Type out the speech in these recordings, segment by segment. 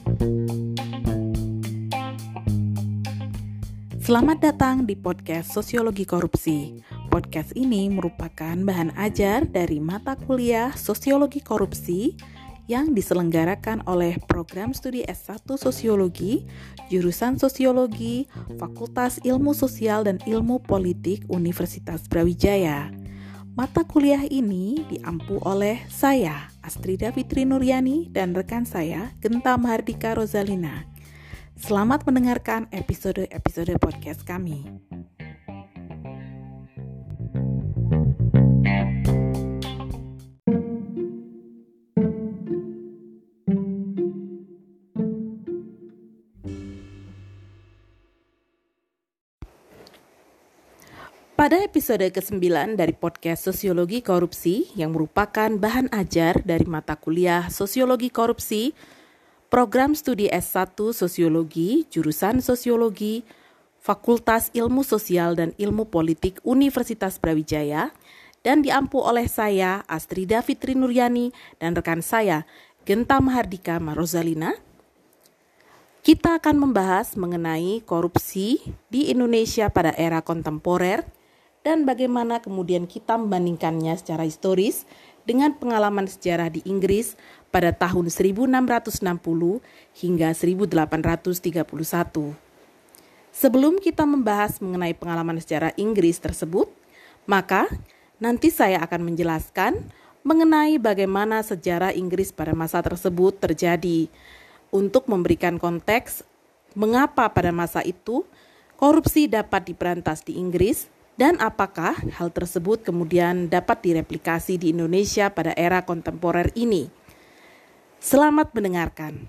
Selamat datang di podcast Sosiologi Korupsi. Podcast ini merupakan bahan ajar dari mata kuliah Sosiologi Korupsi yang diselenggarakan oleh Program Studi S1 Sosiologi, Jurusan Sosiologi, Fakultas Ilmu Sosial dan Ilmu Politik Universitas Brawijaya. Mata kuliah ini diampu oleh saya, Astrida Fitri Nuryani, dan rekan saya, Genta Mahardika Rozalina. Selamat mendengarkan episode podcast kami. Pada episode ke-9 dari podcast Sosiologi Korupsi yang merupakan bahan ajar dari mata kuliah Sosiologi Korupsi, Program Studi S1 Sosiologi, Jurusan Sosiologi, Fakultas Ilmu Sosial dan Ilmu Politik Universitas Brawijaya, dan diampu oleh saya, Astrida Fitri Nuryani, dan rekan saya, Genta Mahardika Rozalina. Kita akan membahas mengenai korupsi di Indonesia pada era kontemporer, dan bagaimana kemudian kita membandingkannya secara historis dengan pengalaman sejarah di Inggris pada tahun 1660 hingga 1831. Sebelum kita membahas mengenai pengalaman sejarah Inggris tersebut, maka nanti saya akan menjelaskan mengenai bagaimana sejarah Inggris pada masa tersebut terjadi untuk memberikan konteks mengapa pada masa itu korupsi dapat diberantas di Inggris dan apakah hal tersebut kemudian dapat direplikasi di Indonesia pada era kontemporer ini. Selamat mendengarkan.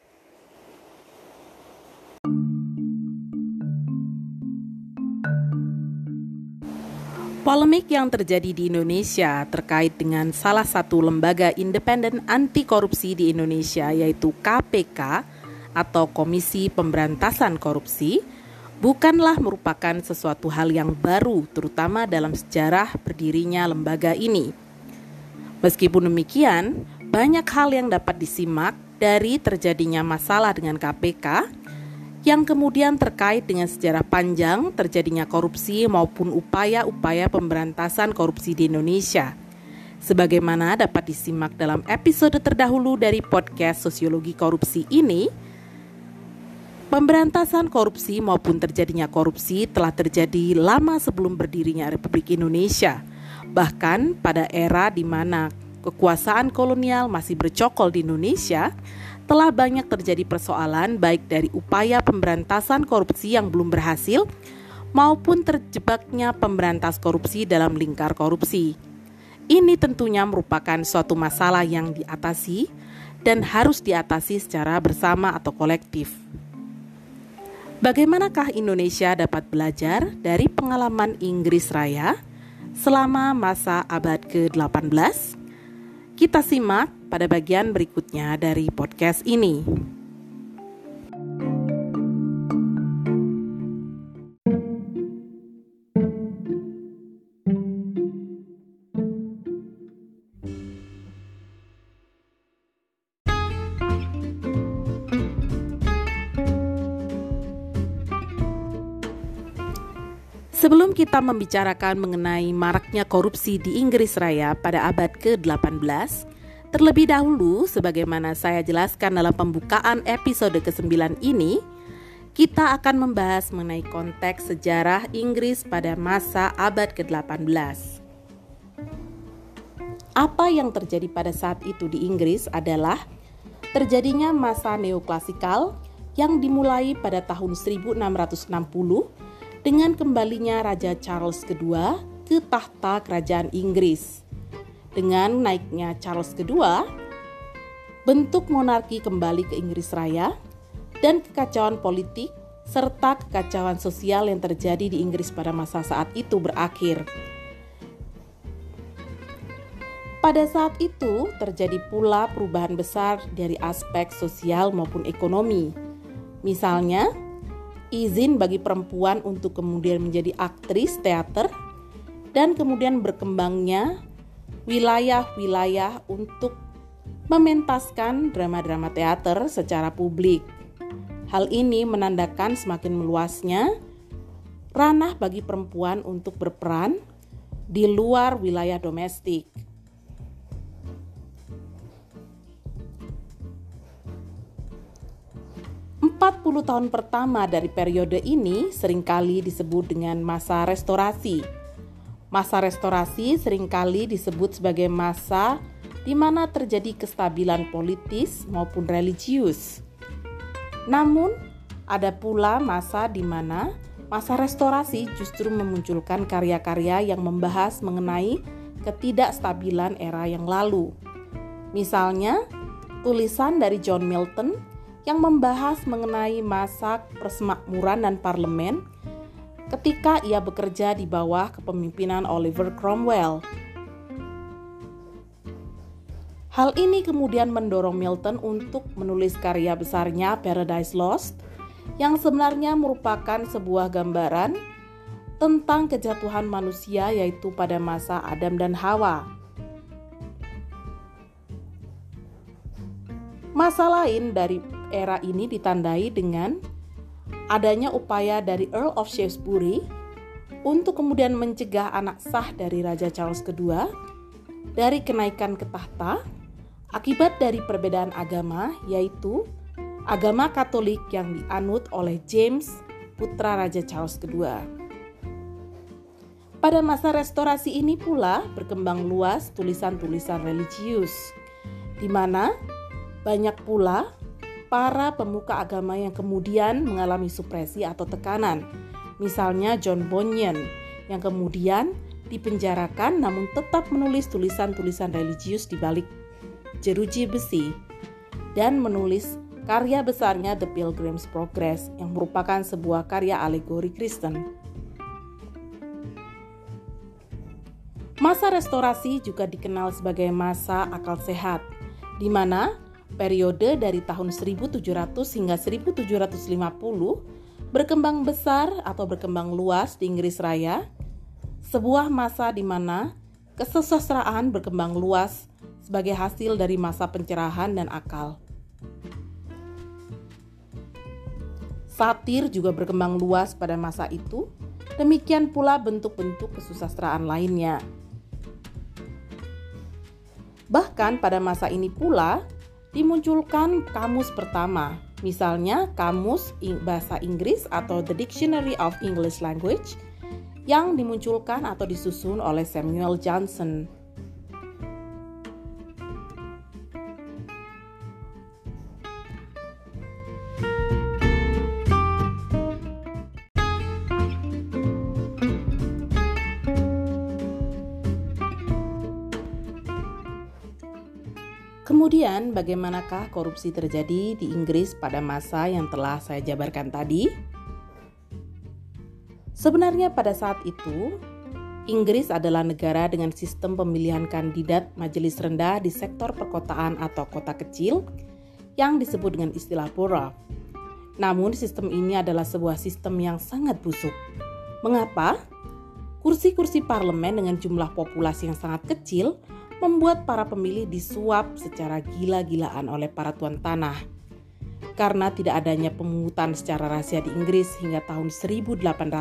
Polemik yang terjadi di Indonesia terkait dengan salah satu lembaga independen anti korupsi di Indonesia, yaitu KPK atau Komisi Pemberantasan Korupsi, bukanlah merupakan sesuatu hal yang baru, terutama dalam sejarah berdirinya lembaga ini. Meskipun demikian, banyak hal yang dapat disimak dari terjadinya masalah dengan KPK yang kemudian terkait dengan sejarah panjang terjadinya korupsi maupun upaya-upaya pemberantasan korupsi di Indonesia. Sebagaimana dapat disimak dalam episode terdahulu dari podcast Sosiologi Korupsi ini, pemberantasan korupsi maupun terjadinya korupsi telah terjadi lama sebelum berdirinya Republik Indonesia. Bahkan pada era di mana kekuasaan kolonial masih bercokol di Indonesia, telah banyak terjadi persoalan baik dari upaya pemberantasan korupsi yang belum berhasil maupun terjebaknya pemberantas korupsi dalam lingkar korupsi. Ini tentunya merupakan suatu masalah yang diatasi dan harus diatasi secara bersama atau kolektif. Bagaimanakah Indonesia dapat belajar dari pengalaman Inggris Raya selama masa abad ke-18? Kita simak pada bagian berikutnya dari podcast ini. Sebelum kita membicarakan mengenai maraknya korupsi di Inggris Raya pada abad ke-18, terlebih dahulu sebagaimana saya jelaskan dalam pembukaan episode ke-9 ini, kita akan membahas mengenai konteks sejarah Inggris pada masa abad ke-18. Apa yang terjadi pada saat itu di Inggris adalah terjadinya masa neoklasikal yang dimulai pada tahun 1660 dengan kembalinya Raja Charles II ke tahta kerajaan Inggris. Dengan naiknya Charles II, bentuk monarki kembali ke Inggris Raya dan kekacauan politik serta kekacauan sosial yang terjadi di Inggris pada masa saat itu berakhir. Pada saat itu terjadi pula perubahan besar dari aspek sosial maupun ekonomi. Misalnya, izin bagi perempuan untuk kemudian menjadi aktris teater, dan kemudian berkembangnya wilayah-wilayah untuk mementaskan drama-drama teater secara publik. Hal ini menandakan semakin meluasnya ranah bagi perempuan untuk berperan di luar wilayah domestik. Empat 40 tahun pertama dari periode ini seringkali disebut dengan masa restorasi. Masa restorasi seringkali disebut sebagai masa di mana terjadi kestabilan politis maupun religius. Namun, ada pula masa di mana masa restorasi justru memunculkan karya-karya yang membahas mengenai ketidakstabilan era yang lalu. Misalnya, tulisan dari John Milton yang membahas mengenai masa persemakmuran dan parlemen ketika ia bekerja di bawah kepemimpinan Oliver Cromwell. Hal ini kemudian mendorong Milton untuk menulis karya besarnya Paradise Lost, yang sebenarnya merupakan sebuah gambaran tentang kejatuhan manusia, yaitu pada masa Adam dan Hawa. Masa lain dari era ini ditandai dengan adanya upaya dari Earl of Shaftesbury untuk kemudian mencegah anak sah dari Raja Charles II dari kenaikan ke tahta akibat dari perbedaan agama, yaitu agama Katolik yang dianut oleh James, putra Raja Charles II. Pada masa restorasi ini pula berkembang luas tulisan-tulisan religius, di mana banyak pula para pemuka agama yang kemudian mengalami supresi atau tekanan. Misalnya John Bunyan yang kemudian dipenjarakan namun tetap menulis tulisan-tulisan religius di balik jeruji besi dan menulis karya besarnya The Pilgrim's Progress yang merupakan sebuah karya alegori Kristen. Masa restorasi juga dikenal sebagai masa akal sehat, di mana periode dari tahun 1700 hingga 1750 berkembang besar atau berkembang luas di Inggris Raya, sebuah masa di mana kesusastraan berkembang luas sebagai hasil dari masa pencerahan dan akal. Satir juga berkembang luas pada masa itu, demikian pula bentuk-bentuk kesusastraan lainnya. Bahkan pada masa ini pula dimunculkan kamus pertama, misalnya kamus bahasa Inggris atau The Dictionary of English Language yang dimunculkan atau disusun oleh Samuel Johnson. Kemudian, bagaimanakah korupsi terjadi di Inggris pada masa yang telah saya jabarkan tadi? Sebenarnya pada saat itu, Inggris adalah negara dengan sistem pemilihan kandidat majelis rendah di sektor perkotaan atau kota kecil yang disebut dengan istilah borough. Namun sistem ini adalah sebuah sistem yang sangat busuk. Mengapa? Kursi-kursi parlemen dengan jumlah populasi yang sangat kecil membuat para pemilih disuap secara gila-gilaan oleh para tuan tanah. Karena tidak adanya pemungutan secara rahasia di Inggris hingga tahun 1872,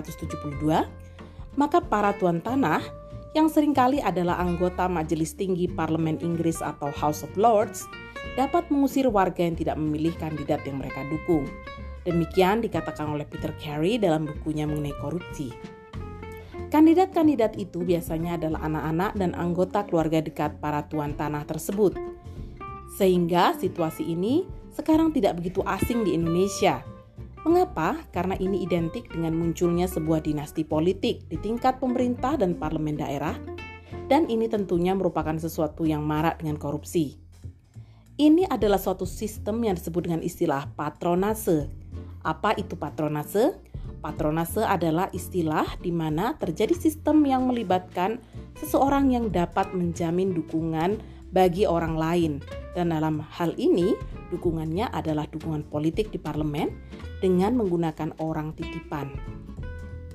maka para tuan tanah yang seringkali adalah anggota Majelis Tinggi Parlemen Inggris atau House of Lords dapat mengusir warga yang tidak memilih kandidat yang mereka dukung. Demikian dikatakan oleh Peter Carey dalam bukunya mengenai korupsi. Kandidat-kandidat itu biasanya adalah anak-anak dan anggota keluarga dekat para tuan tanah tersebut. Sehingga situasi ini sekarang tidak begitu asing di Indonesia. Mengapa? Karena ini identik dengan munculnya sebuah dinasti politik di tingkat pemerintah dan parlemen daerah, dan ini tentunya merupakan sesuatu yang marak dengan korupsi. Ini adalah suatu sistem yang disebut dengan istilah patronase. Apa itu patronase? Patronase adalah istilah di mana terjadi sistem yang melibatkan seseorang yang dapat menjamin dukungan bagi orang lain. Dan dalam hal ini, dukungannya adalah dukungan politik di parlemen dengan menggunakan orang titipan.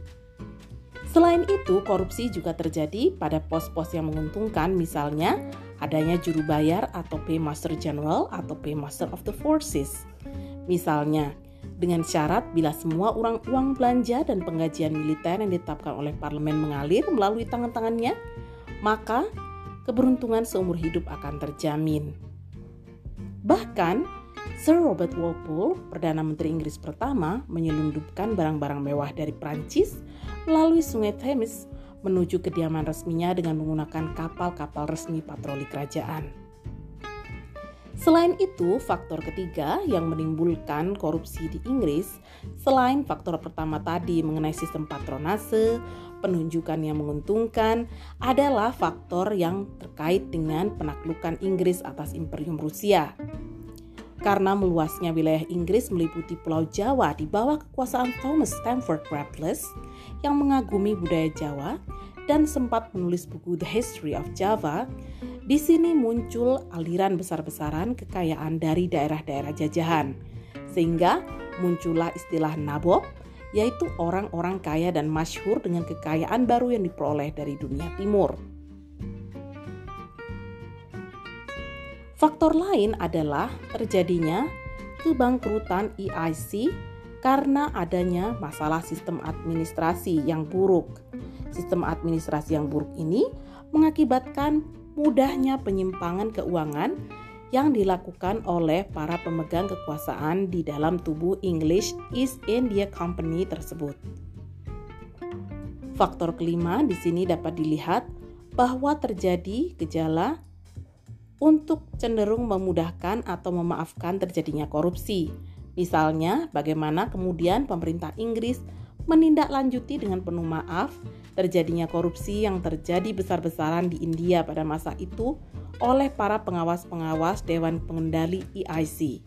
Selain itu, korupsi juga terjadi pada pos-pos yang menguntungkan, misalnya adanya juru bayar atau Paymaster General atau Paymaster of the Forces. Misalnya, dengan syarat bila semua uang belanja dan penggajian militer yang ditetapkan oleh parlemen mengalir melalui tangan-tangannya, maka keberuntungan seumur hidup akan terjamin. Bahkan, Sir Robert Walpole, Perdana Menteri Inggris pertama, menyelundupkan barang-barang mewah dari Prancis melalui Sungai Thames menuju kediaman resminya dengan menggunakan kapal-kapal resmi patroli kerajaan. Selain itu, faktor ketiga yang menimbulkan korupsi di Inggris, selain faktor pertama tadi mengenai sistem patronase, penunjukan yang menguntungkan, adalah faktor yang terkait dengan penaklukan Inggris atas Imperium Rusia. Karena meluasnya wilayah Inggris meliputi Pulau Jawa di bawah kekuasaan Thomas Stamford Raffles yang mengagumi budaya Jawa dan sempat menulis buku The History of Java, di sini muncul aliran besar-besaran kekayaan dari daerah-daerah jajahan, sehingga muncullah istilah nabob, yaitu orang-orang kaya dan masyhur dengan kekayaan baru yang diperoleh dari dunia timur. Faktor lain adalah terjadinya kebangkrutan EIC karena adanya masalah sistem administrasi yang buruk. Sistem administrasi yang buruk ini mengakibatkan mudahnya penyimpangan keuangan yang dilakukan oleh para pemegang kekuasaan di dalam tubuh English East India Company tersebut. Faktor kelima di sini dapat dilihat bahwa terjadi gejala untuk cenderung memudahkan atau memaafkan terjadinya korupsi. Misalnya, bagaimana kemudian pemerintah Inggris menindaklanjuti dengan penuh maaf terjadinya korupsi yang terjadi besar-besaran di India pada masa itu oleh para pengawas-pengawas Dewan Pengendali EIC.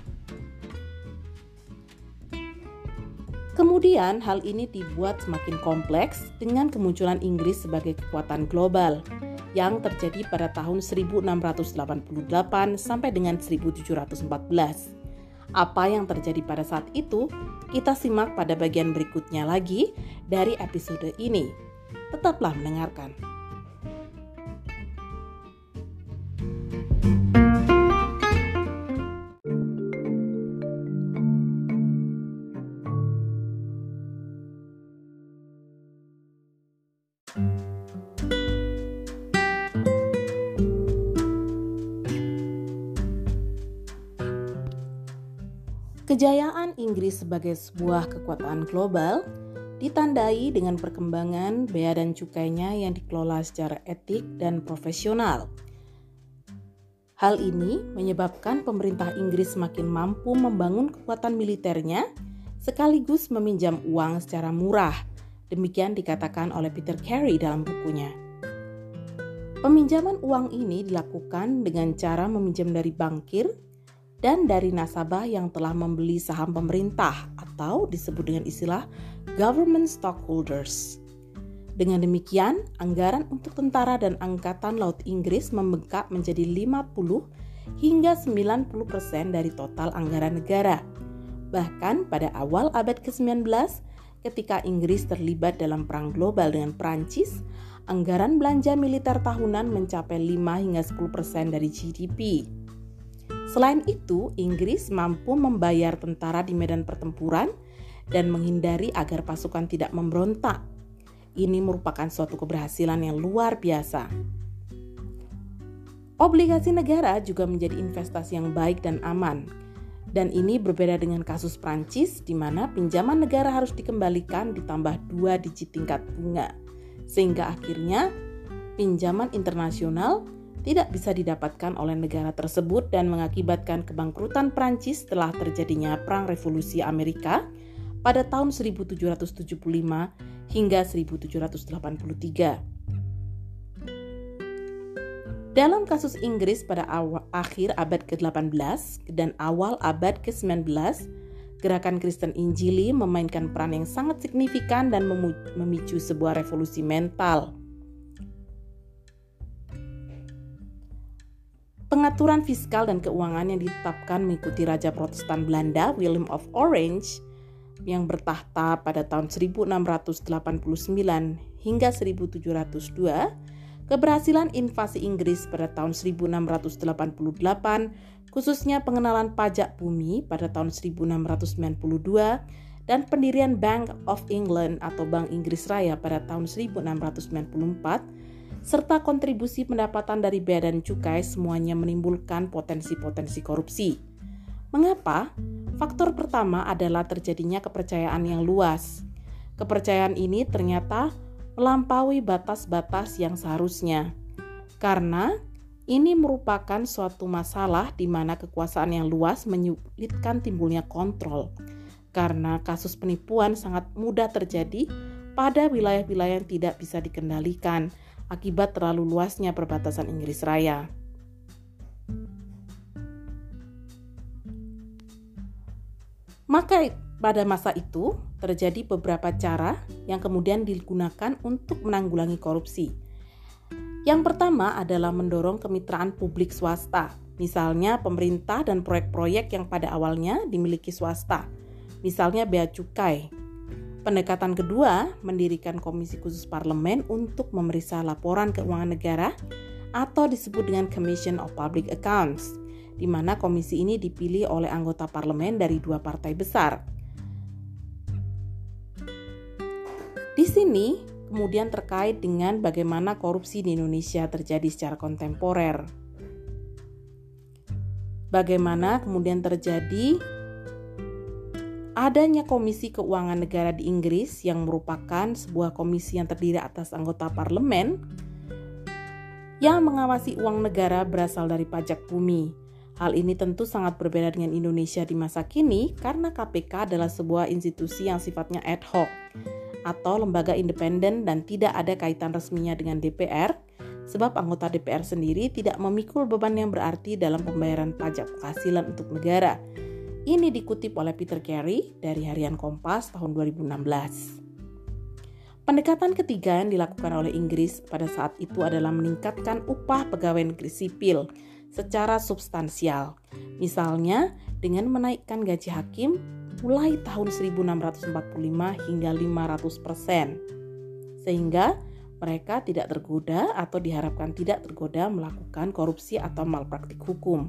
Kemudian hal ini dibuat semakin kompleks dengan kemunculan Inggris sebagai kekuatan global yang terjadi pada tahun 1688 sampai dengan 1714. Apa yang terjadi pada saat itu, kita simak pada bagian berikutnya lagi dari episode ini. Tetaplah mendengarkan. Kejayaan Inggris sebagai sebuah kekuatan global ditandai dengan perkembangan bea dan cukainya yang dikelola secara etik dan profesional. Hal ini menyebabkan pemerintah Inggris semakin mampu membangun kekuatan militernya sekaligus meminjam uang secara murah. Demikian dikatakan oleh Peter Carey dalam bukunya. Peminjaman uang ini dilakukan dengan cara meminjam dari bankir dan dari nasabah yang telah membeli saham pemerintah atau disebut dengan istilah government stockholders. Dengan demikian, anggaran untuk tentara dan angkatan laut Inggris membengkak menjadi 50 hingga 90% dari total anggaran negara. Bahkan pada awal abad ke-19, ketika Inggris terlibat dalam perang global dengan Prancis, anggaran belanja militer tahunan mencapai 5 hingga 10% dari GDP. Selain itu, Inggris mampu membayar tentara di medan pertempuran dan menghindari agar pasukan tidak memberontak. Ini merupakan suatu keberhasilan yang luar biasa. Obligasi negara juga menjadi investasi yang baik dan aman. Dan ini berbeda dengan kasus Prancis, di mana pinjaman negara harus dikembalikan ditambah 2 digit tingkat bunga. Sehingga akhirnya pinjaman internasional tidak bisa didapatkan oleh negara tersebut dan mengakibatkan kebangkrutan Prancis setelah terjadinya Perang Revolusi Amerika pada tahun 1775 hingga 1783. Dalam kasus Inggris pada akhir abad ke-18 dan awal abad ke-19, gerakan Kristen Injili memainkan peran yang sangat signifikan dan memicu sebuah revolusi mental. Pengaturan fiskal dan keuangan yang ditetapkan mengikuti Raja Protestan Belanda Willem of Orange yang bertahta pada tahun 1689 hingga 1702 Keberhasilan invasi Inggris pada tahun 1688, khususnya pengenalan pajak bumi pada tahun 1692, dan pendirian Bank of England atau Bank Inggris Raya pada tahun 1694, serta kontribusi pendapatan dari bea dan cukai semuanya menimbulkan potensi-potensi korupsi. Mengapa? Faktor pertama adalah terjadinya kepercayaan yang luas. Kepercayaan ini ternyata melampaui batas-batas yang seharusnya. Karena ini merupakan suatu masalah di mana kekuasaan yang luas menyulitkan timbulnya kontrol. Karena kasus penipuan sangat mudah terjadi pada wilayah-wilayah yang tidak bisa dikendalikan akibat terlalu luasnya perbatasan Inggris Raya. Maka pada masa itu terjadi beberapa cara yang kemudian digunakan untuk menanggulangi korupsi. Yang pertama adalah mendorong kemitraan publik swasta, misalnya pemerintah dan proyek-proyek yang pada awalnya dimiliki swasta, misalnya bea cukai. Pendekatan kedua, mendirikan komisi khusus parlemen untuk memeriksa laporan keuangan negara atau disebut dengan Commission of Public Accounts, di mana komisi ini dipilih oleh anggota parlemen dari 2 partai besar. Di sini kemudian terkait dengan bagaimana korupsi di Indonesia terjadi secara kontemporer. Bagaimana kemudian terjadi adanya Komisi Keuangan Negara di Inggris yang merupakan sebuah komisi yang terdiri atas anggota parlemen yang mengawasi uang negara berasal dari pajak bumi. Hal ini tentu sangat berbeda dengan Indonesia di masa kini karena KPK adalah sebuah institusi yang sifatnya ad hoc atau lembaga independen dan tidak ada kaitan resminya dengan DPR, sebab anggota DPR sendiri tidak memikul beban yang berarti dalam pembayaran pajak penghasilan untuk negara. Ini dikutip oleh Peter Carey dari Harian Kompas tahun 2016. Pendekatan ketiga yang dilakukan oleh Inggris pada saat itu adalah meningkatkan upah pegawai negeri sipil secara substansial. Misalnya dengan menaikkan gaji hakim mulai tahun 1645 hingga 500%. Sehingga mereka tidak tergoda atau diharapkan tidak tergoda melakukan korupsi atau malpraktik hukum.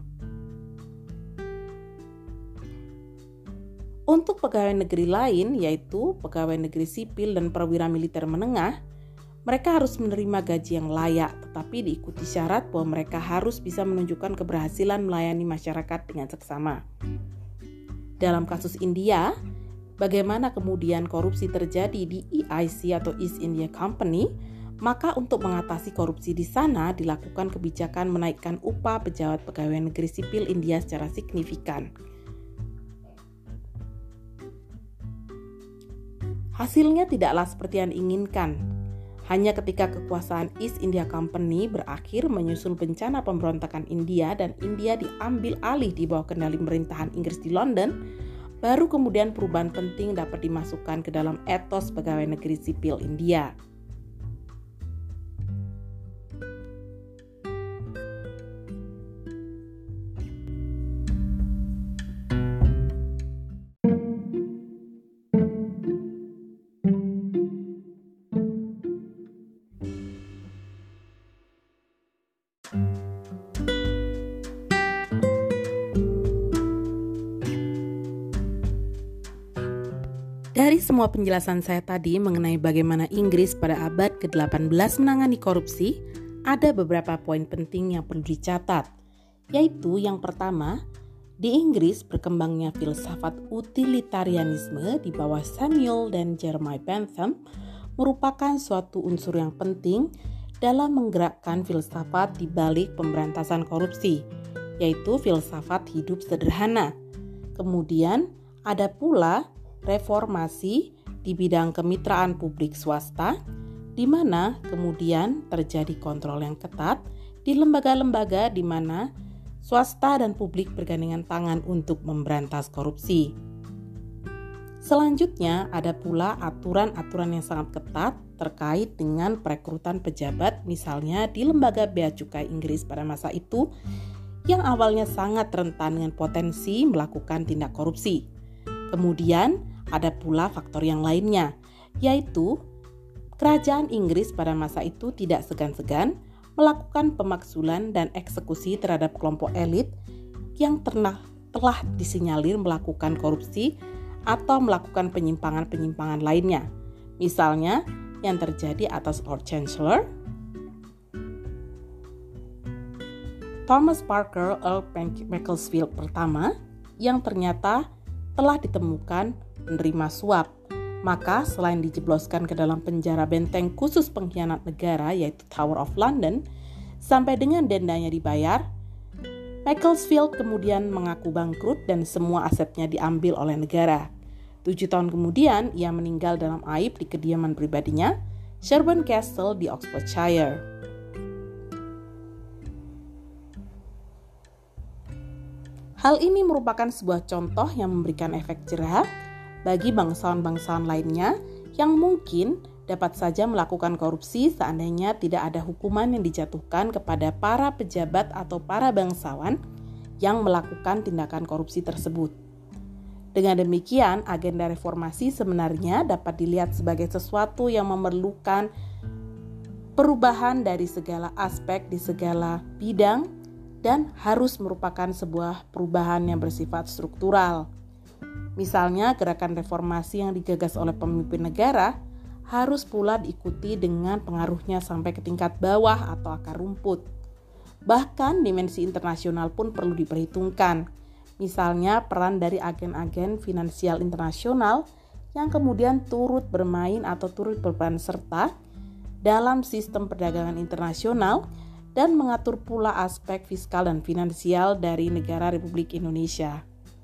Untuk pegawai negeri lain, yaitu pegawai negeri sipil dan perwira militer menengah, mereka harus menerima gaji yang layak, tetapi diikuti syarat bahwa mereka harus bisa menunjukkan keberhasilan melayani masyarakat dengan seksama. Dalam kasus India, bagaimana kemudian korupsi terjadi di EIC atau East India Company, maka untuk mengatasi korupsi di sana dilakukan kebijakan menaikkan upah pejabat pegawai negeri sipil India secara signifikan. Hasilnya tidaklah seperti yang diinginkan. Hanya ketika kekuasaan East India Company berakhir menyusul bencana pemberontakan India dan India diambil alih di bawah kendali pemerintahan Inggris di London, baru kemudian perubahan penting dapat dimasukkan ke dalam etos pegawai negeri sipil India. Dari semua penjelasan saya tadi mengenai bagaimana Inggris pada abad ke-18 menangani korupsi, ada beberapa poin penting yang perlu dicatat, yaitu yang pertama, di Inggris berkembangnya filsafat utilitarianisme di bawah Samuel dan Jeremiah Bentham merupakan suatu unsur yang penting dalam menggerakkan filsafat di balik pemberantasan korupsi, yaitu filsafat hidup sederhana. Kemudian ada pula reformasi di bidang kemitraan publik swasta, di mana kemudian terjadi kontrol yang ketat di lembaga-lembaga di mana swasta dan publik bergandengan tangan untuk memberantas korupsi. Selanjutnya ada pula aturan-aturan yang sangat ketat terkait dengan perekrutan pejabat, misalnya di lembaga bea cukai Inggris pada masa itu yang awalnya sangat rentan dengan potensi melakukan tindak korupsi. Kemudian ada pula faktor yang lainnya, yaitu kerajaan Inggris pada masa itu tidak segan-segan melakukan pemakzulan dan eksekusi terhadap kelompok elit yang telah disinyalir melakukan korupsi atau melakukan penyimpangan-penyimpangan lainnya. Misalnya yang terjadi atas Lord Chancellor Thomas Parker Earl Macclesfield pertama yang ternyata telah ditemukan menerima suap. Maka selain dijebloskan ke dalam penjara benteng khusus pengkhianat negara yaitu Tower of London, sampai dengan dendanya dibayar, Macclesfield kemudian mengaku bangkrut dan semua asetnya diambil oleh negara. 7 tahun kemudian, ia meninggal dalam aib di kediaman pribadinya, Sherborne Castle di Oxfordshire. Hal ini merupakan sebuah contoh yang memberikan efek jerah bagi bangsawan-bangsawan lainnya yang mungkin dapat saja melakukan korupsi seandainya tidak ada hukuman yang dijatuhkan kepada para pejabat atau para bangsawan yang melakukan tindakan korupsi tersebut. Dengan demikian, agenda reformasi sebenarnya dapat dilihat sebagai sesuatu yang memerlukan perubahan dari segala aspek di segala bidang dan harus merupakan sebuah perubahan yang bersifat struktural. Misalnya, gerakan reformasi yang digagas oleh pemimpin negara harus pula diikuti dengan pengaruhnya sampai ke tingkat bawah atau akar rumput. Bahkan dimensi internasional pun perlu diperhitungkan. Misalnya peran dari agen-agen finansial internasional yang kemudian turut bermain atau turut berperan serta dalam sistem perdagangan internasional dan mengatur pula aspek fiskal dan finansial dari negara Republik Indonesia.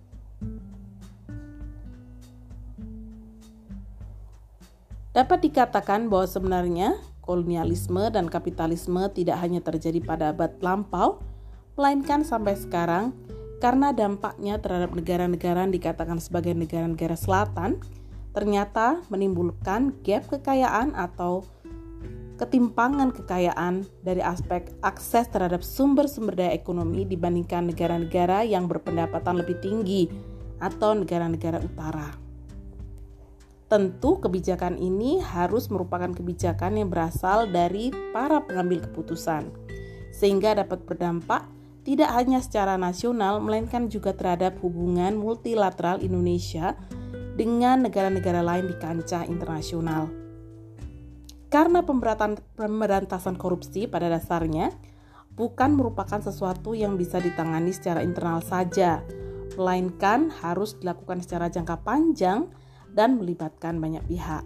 Dapat dikatakan bahwa sebenarnya kolonialisme dan kapitalisme tidak hanya terjadi pada abad lampau, melainkan sampai sekarang karena dampaknya terhadap negara-negara yang dikatakan sebagai negara-negara selatan ternyata menimbulkan gap kekayaan atau ketimpangan kekayaan dari aspek akses terhadap sumber-sumber daya ekonomi dibandingkan negara-negara yang berpendapatan lebih tinggi atau negara-negara utara. Tentu kebijakan ini harus merupakan kebijakan yang berasal dari para pengambil keputusan, sehingga dapat berdampak tidak hanya secara nasional, melainkan juga terhadap hubungan multilateral Indonesia dengan negara-negara lain di kancah internasional. Karena pemberantasan korupsi pada dasarnya bukan merupakan sesuatu yang bisa ditangani secara internal saja, melainkan harus dilakukan secara jangka panjang dan melibatkan banyak pihak.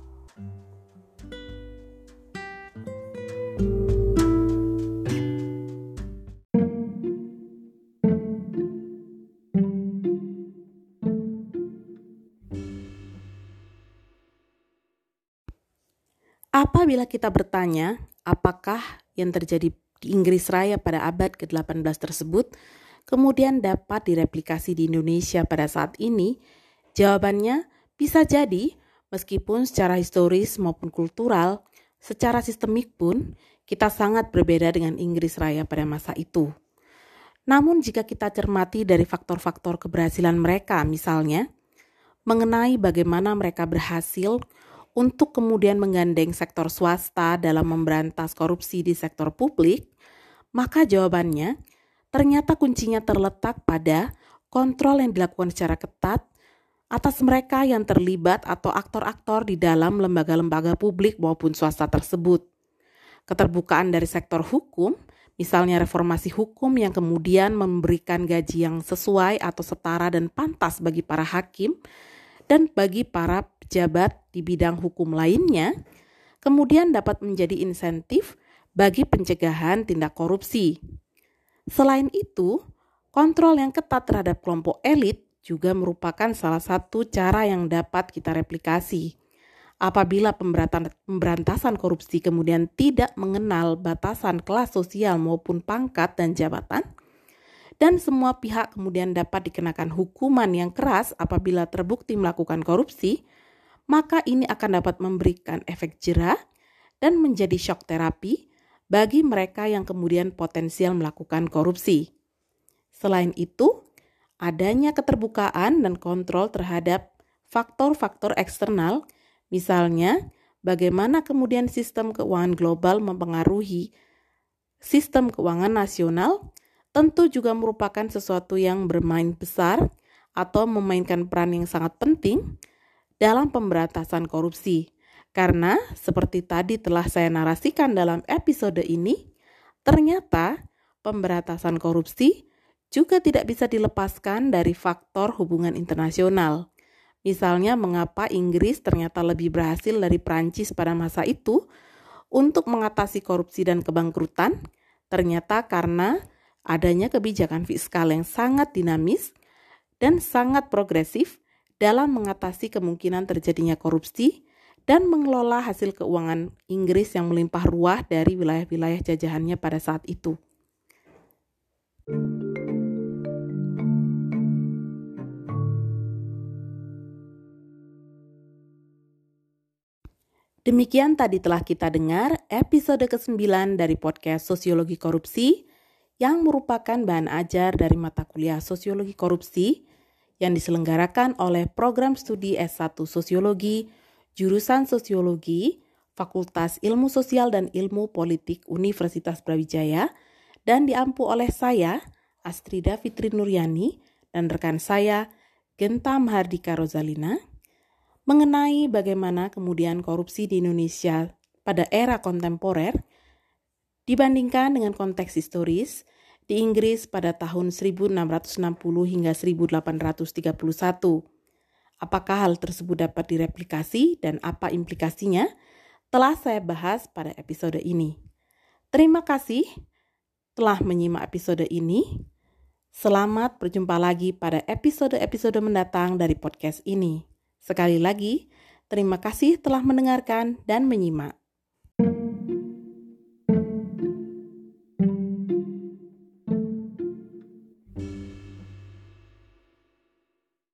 Apabila kita bertanya, apakah yang terjadi di Inggris Raya pada abad ke-18 tersebut kemudian dapat direplikasi di Indonesia pada saat ini? Jawabannya, bisa jadi, meskipun secara historis maupun kultural, secara sistemik pun, kita sangat berbeda dengan Inggris Raya pada masa itu. Namun jika kita cermati dari faktor-faktor keberhasilan mereka, misalnya, mengenai bagaimana mereka berhasil untuk kemudian menggandeng sektor swasta dalam memberantas korupsi di sektor publik, maka jawabannya, ternyata kuncinya terletak pada kontrol yang dilakukan secara ketat atas mereka yang terlibat atau aktor-aktor di dalam lembaga-lembaga publik maupun swasta tersebut. Keterbukaan dari sektor hukum, misalnya reformasi hukum yang kemudian memberikan gaji yang sesuai atau setara dan pantas bagi para hakim dan bagi para pejabat di bidang hukum lainnya, kemudian dapat menjadi insentif bagi pencegahan tindak korupsi. Selain itu, kontrol yang ketat terhadap kelompok elit juga merupakan salah satu cara yang dapat kita replikasi. Apabila pemberantasan korupsi kemudian tidak mengenal batasan kelas sosial maupun pangkat dan jabatan, dan semua pihak kemudian dapat dikenakan hukuman yang keras apabila terbukti melakukan korupsi, maka ini akan dapat memberikan efek jerah dan menjadi shock terapi bagi mereka yang kemudian potensial melakukan korupsi. Selain itu, adanya keterbukaan dan kontrol terhadap faktor-faktor eksternal, misalnya bagaimana kemudian sistem keuangan global mempengaruhi sistem keuangan nasional tentu juga merupakan sesuatu yang bermain besar atau memainkan peran yang sangat penting dalam pemberantasan korupsi. Karena seperti tadi telah saya narasikan dalam episode ini, ternyata pemberantasan korupsi juga tidak bisa dilepaskan dari faktor hubungan internasional. Misalnya mengapa Inggris ternyata lebih berhasil dari Prancis pada masa itu untuk mengatasi korupsi dan kebangkrutan, ternyata karena adanya kebijakan fiskal yang sangat dinamis dan sangat progresif dalam mengatasi kemungkinan terjadinya korupsi dan mengelola hasil keuangan Inggris yang melimpah ruah dari wilayah-wilayah jajahannya pada saat itu. Demikian tadi telah kita dengar episode ke-9 dari podcast Sosiologi Korupsi yang merupakan bahan ajar dari mata kuliah Sosiologi Korupsi yang diselenggarakan oleh Program Studi S1 Sosiologi, Jurusan Sosiologi, Fakultas Ilmu Sosial dan Ilmu Politik Universitas Brawijaya, dan diampu oleh saya, Astrida Fitri Nuryani, dan rekan saya, Genta Mahardika Rozalina, mengenai bagaimana kemudian korupsi di Indonesia pada era kontemporer dibandingkan dengan konteks historis di Inggris pada tahun 1660 hingga 1831. Apakah hal tersebut dapat direplikasi dan apa implikasinya? Telah saya bahas pada episode ini. Terima kasih telah menyimak episode ini. Selamat berjumpa lagi pada episode-episode mendatang dari podcast ini. Sekali lagi, terima kasih telah mendengarkan dan menyimak.